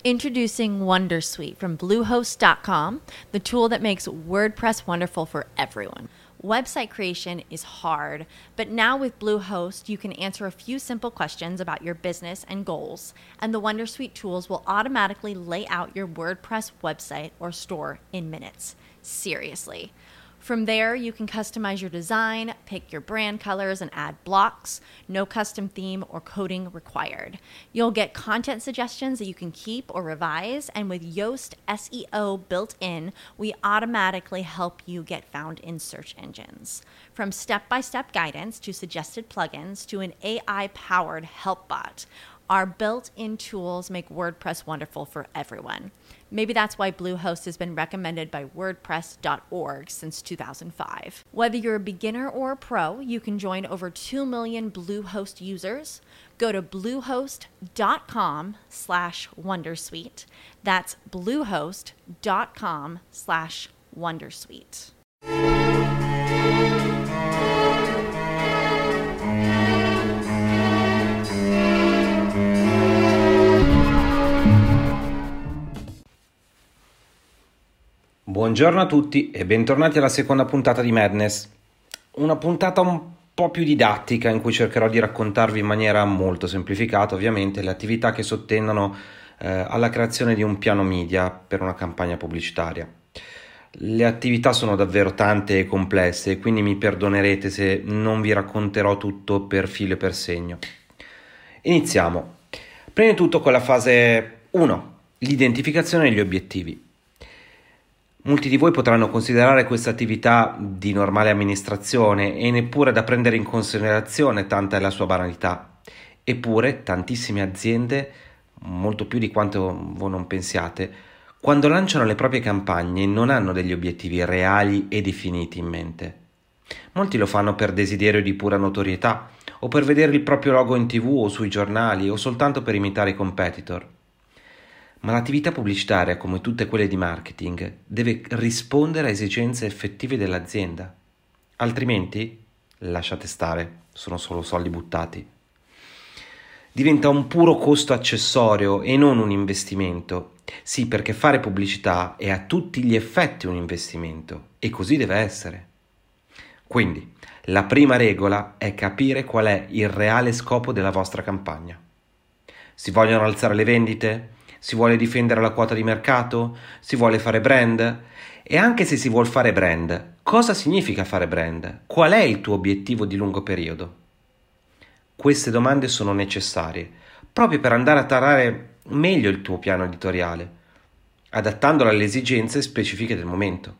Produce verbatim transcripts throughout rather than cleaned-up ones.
Introducing Wondersuite from Bluehost dot com, the tool that makes WordPress wonderful for everyone. Website creation is hard, but now with Bluehost, you can answer a few simple questions about your business and goals, and the Wondersuite tools will automatically lay out your WordPress website or store in minutes. Seriously. From there, you can customize your design, pick your brand colors, and add blocks. No custom theme or coding required. You'll get content suggestions that you can keep or revise, and with Yoast S E O built in, we automatically help you get found in search engines. From step-by-step guidance to suggested plugins to an A I-powered help bot, our built-in tools make WordPress wonderful for everyone. Maybe that's why Bluehost has been recommended by WordPress dot org since two thousand five. Whether you're a beginner or a pro, you can join over two million Bluehost users. Go to bluehost dot com slash wondersuite. That's bluehost dot com slash wondersuite. Buongiorno a tutti e bentornati alla seconda puntata di Madness, una puntata un po' più didattica in cui cercherò di raccontarvi in maniera molto semplificata ovviamente le attività che sottendono eh, alla creazione di un piano media per una campagna pubblicitaria. Le attività sono davvero tante e complesse, quindi mi perdonerete se non vi racconterò tutto per filo e per segno. Iniziamo. Prima di tutto con la fase uno, l'identificazione degli obiettivi. Molti di voi potranno considerare questa attività di normale amministrazione e neppure da prendere in considerazione, tanta è la sua banalità. Eppure tantissime aziende, molto più di quanto voi non pensiate, quando lanciano le proprie campagne non hanno degli obiettivi reali e definiti in mente. Molti lo fanno per desiderio di pura notorietà, o per vedere il proprio logo in tivù o sui giornali, o soltanto per imitare i competitor. Ma l'attività pubblicitaria, come tutte quelle di marketing, deve rispondere a esigenze effettive dell'azienda. Altrimenti, lasciate stare, sono solo soldi buttati. Diventa un puro costo accessorio e non un investimento. Sì, perché fare pubblicità è a tutti gli effetti un investimento, e così deve essere. Quindi, la prima regola è capire qual è il reale scopo della vostra campagna. Si vogliono alzare le vendite? Si vuole difendere la quota di mercato? Si vuole fare brand? E anche se si vuol fare brand, cosa significa fare brand? Qual è il tuo obiettivo di lungo periodo? Queste domande sono necessarie, proprio per andare a tarare meglio il tuo piano editoriale, adattandolo alle esigenze specifiche del momento.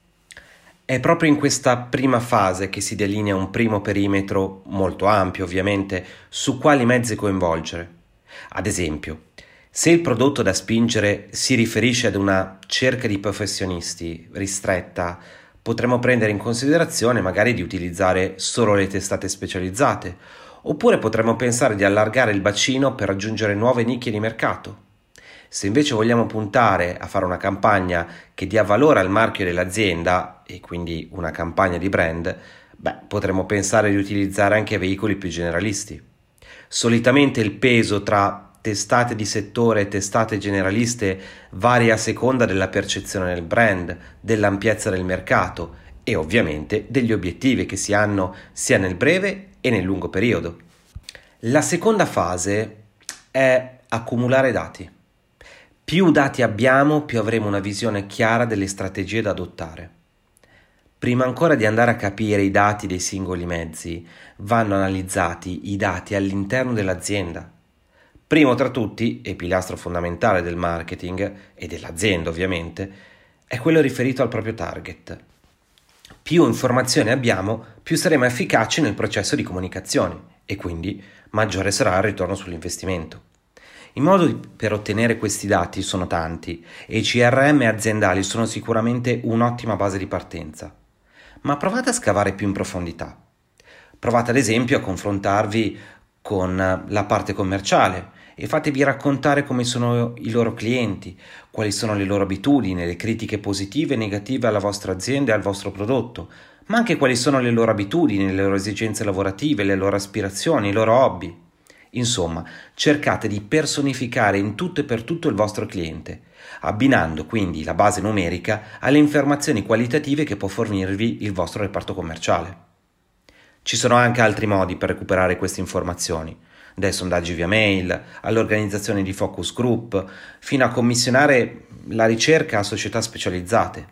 È proprio in questa prima fase che si delinea un primo perimetro, molto ampio ovviamente, su quali mezzi coinvolgere. Ad esempio, se il prodotto da spingere si riferisce ad una cerca di professionisti ristretta, potremmo prendere in considerazione magari di utilizzare solo le testate specializzate, oppure potremmo pensare di allargare il bacino per raggiungere nuove nicchie di mercato. Se invece vogliamo puntare a fare una campagna che dia valore al marchio dell'azienda, e quindi una campagna di brand, beh, potremmo pensare di utilizzare anche veicoli più generalisti. Solitamente il peso tra testate di settore e testate generaliste varia a seconda della percezione del brand, dell'ampiezza del mercato e ovviamente degli obiettivi che si hanno sia nel breve e nel lungo periodo. La seconda fase è accumulare dati. Più dati abbiamo, più avremo una visione chiara delle strategie da adottare. Prima ancora di andare a capire i dati dei singoli mezzi, vanno analizzati i dati all'interno dell'azienda. Primo tra tutti, e pilastro fondamentale del marketing e dell'azienda ovviamente, è quello riferito al proprio target. Più informazioni abbiamo, più saremo efficaci nel processo di comunicazione e quindi maggiore sarà il ritorno sull'investimento. I modi per ottenere questi dati sono tanti e i C R M aziendali sono sicuramente un'ottima base di partenza. Ma provate a scavare più in profondità. Provate ad esempio a confrontarvi con la parte commerciale e fatevi raccontare come sono i loro clienti, quali sono le loro abitudini, le critiche positive e negative alla vostra azienda e al vostro prodotto, ma anche quali sono le loro abitudini, le loro esigenze lavorative, le loro aspirazioni, i loro hobby. Insomma, cercate di personificare in tutto e per tutto il vostro cliente, abbinando quindi la base numerica alle informazioni qualitative che può fornirvi il vostro reparto commerciale. Ci sono anche altri modi per recuperare queste informazioni, dai sondaggi via mail, all'organizzazione di focus group, fino a commissionare la ricerca a società specializzate.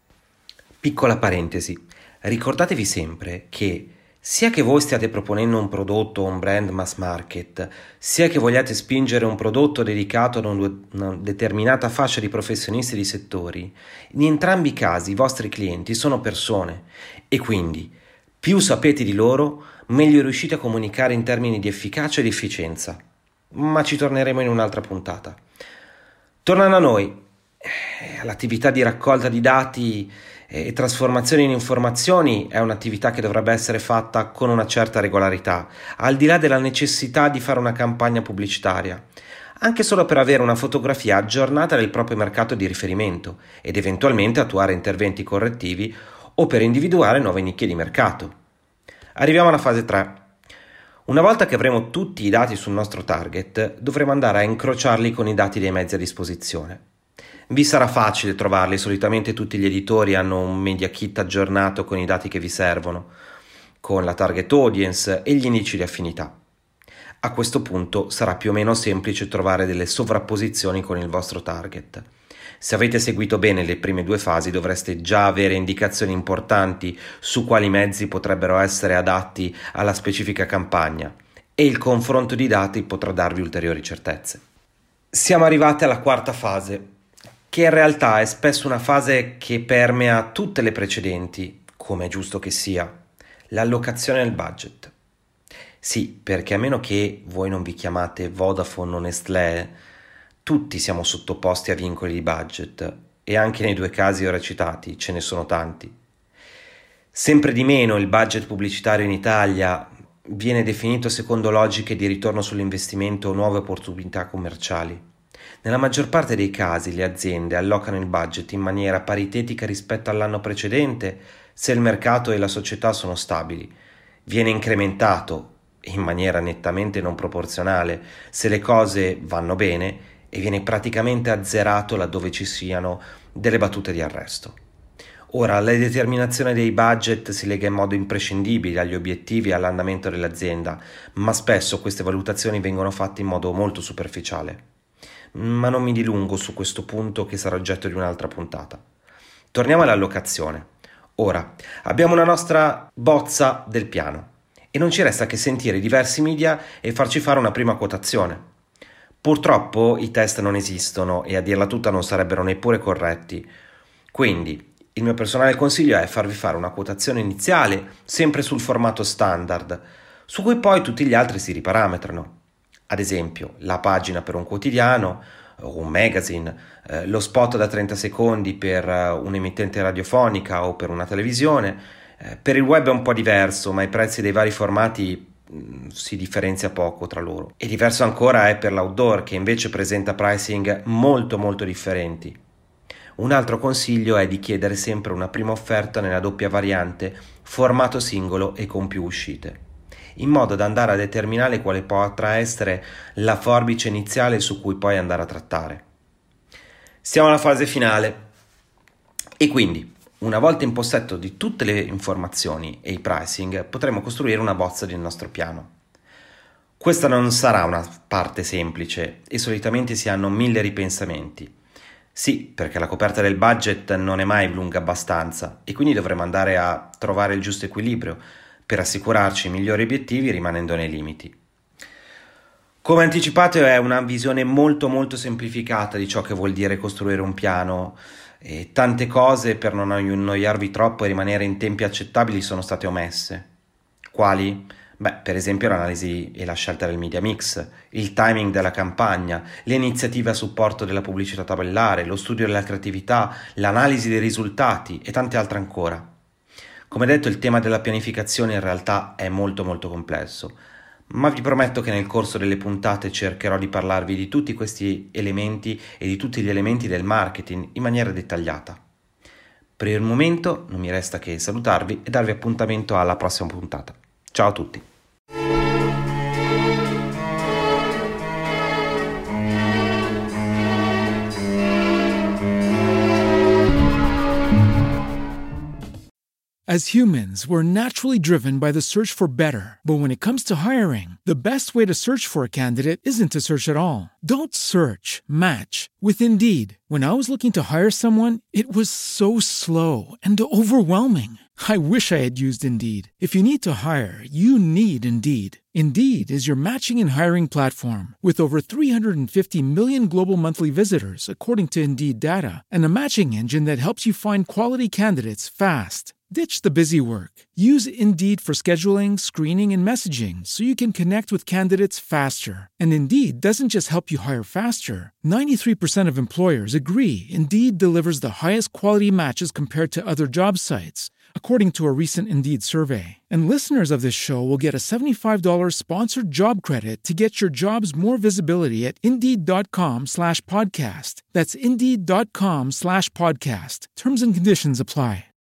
Piccola parentesi, ricordatevi sempre che sia che voi stiate proponendo un prodotto o un brand mass market, sia che vogliate spingere un prodotto dedicato ad una determinata fascia di professionisti di settori, in entrambi i casi i vostri clienti sono persone e quindi più sapete di loro, meglio riuscite a comunicare in termini di efficacia ed efficienza. Ma ci torneremo in un'altra puntata. Tornando a noi, l'attività di raccolta di dati e trasformazione in informazioni è un'attività che dovrebbe essere fatta con una certa regolarità, al di là della necessità di fare una campagna pubblicitaria, anche solo per avere una fotografia aggiornata del proprio mercato di riferimento ed eventualmente attuare interventi correttivi o per individuare nuove nicchie di mercato. Arriviamo alla fase tre. Una volta che avremo tutti i dati sul nostro target, dovremo andare a incrociarli con i dati dei mezzi a disposizione. Vi sarà facile trovarli, solitamente tutti gli editori hanno un media kit aggiornato con i dati che vi servono, con la target audience e gli indici di affinità. A questo punto sarà più o meno semplice trovare delle sovrapposizioni con il vostro target. Se avete seguito bene le prime due fasi dovreste già avere indicazioni importanti su quali mezzi potrebbero essere adatti alla specifica campagna e il confronto di dati potrà darvi ulteriori certezze. Siamo arrivati alla quarta fase, che in realtà è spesso una fase che permea tutte le precedenti, come è giusto che sia, l'allocazione del budget. Sì, perché a meno che voi non vi chiamate Vodafone o Nestlé, tutti siamo sottoposti a vincoli di budget e anche nei due casi ora citati ce ne sono tanti. Sempre di meno il budget pubblicitario in Italia viene definito secondo logiche di ritorno sull'investimento o nuove opportunità commerciali. Nella maggior parte dei casi le aziende allocano il budget in maniera paritetica rispetto all'anno precedente se il mercato e la società sono stabili. Viene incrementato in maniera nettamente non proporzionale se le cose vanno bene e viene praticamente azzerato laddove ci siano delle battute di arresto. Ora, la determinazione dei budget si lega in modo imprescindibile agli obiettivi e all'andamento dell'azienda, ma spesso queste valutazioni vengono fatte in modo molto superficiale. Ma non mi dilungo su questo punto che sarà oggetto di un'altra puntata. Torniamo all'allocazione. Ora, abbiamo una nostra bozza del piano e non ci resta che sentire i diversi media e farci fare una prima quotazione. Purtroppo i test non esistono e a dirla tutta non sarebbero neppure corretti. Quindi il mio personale consiglio è farvi fare una quotazione iniziale sempre sul formato standard, su cui poi tutti gli altri si riparametrano. Ad esempio, la pagina per un quotidiano o un magazine, eh, lo spot da trenta secondi per uh, un'emittente radiofonica o per una televisione. Eh, per il web è un po' diverso, ma i prezzi dei vari formati si differenzia poco tra loro. E diverso ancora è per l'outdoor, che invece presenta pricing molto molto differenti. Un altro consiglio è di chiedere sempre una prima offerta nella doppia variante formato singolo e con più uscite, in modo da andare a determinare quale potrà essere la forbice iniziale su cui poi andare a trattare. Siamo alla fase finale e quindi una volta in possesso di tutte le informazioni e i pricing, potremo costruire una bozza del nostro piano. Questa non sarà una parte semplice e solitamente si hanno mille ripensamenti. Sì, perché la coperta del budget non è mai lunga abbastanza e quindi dovremo andare a trovare il giusto equilibrio per assicurarci i migliori obiettivi rimanendo nei limiti. Come anticipato è una visione molto molto semplificata di ciò che vuol dire costruire un piano. E tante cose, per non annoiarvi troppo e rimanere in tempi accettabili, sono state omesse. Quali? Beh, per esempio l'analisi e la scelta del media mix, il timing della campagna, le iniziative a supporto della pubblicità tabellare, lo studio della creatività, l'analisi dei risultati e tante altre ancora. Come detto, il tema della pianificazione in realtà è molto molto complesso, ma vi prometto che nel corso delle puntate cercherò di parlarvi di tutti questi elementi e di tutti gli elementi del marketing in maniera dettagliata. Per il momento non mi resta che salutarvi e darvi appuntamento alla prossima puntata. Ciao a tutti! As humans, we're naturally driven by the search for better. But when it comes to hiring, the best way to search for a candidate isn't to search at all. Don't search, match with Indeed. When I was looking to hire someone, it was so slow and overwhelming. I wish I had used Indeed. If you need to hire, you need Indeed. Indeed is your matching and hiring platform with over three hundred fifty million global monthly visitors, according to Indeed data, and a matching engine that helps you find quality candidates fast. Ditch the busy work. Use Indeed for scheduling, screening, and messaging so you can connect with candidates faster. And Indeed doesn't just help you hire faster. ninety-three percent of employers agree Indeed delivers the highest quality matches compared to other job sites, according to a recent Indeed survey. And listeners of this show will get a seventy-five dollars sponsored job credit to get your jobs more visibility at Indeed.com slash podcast. That's Indeed.com slash podcast. Terms and conditions apply.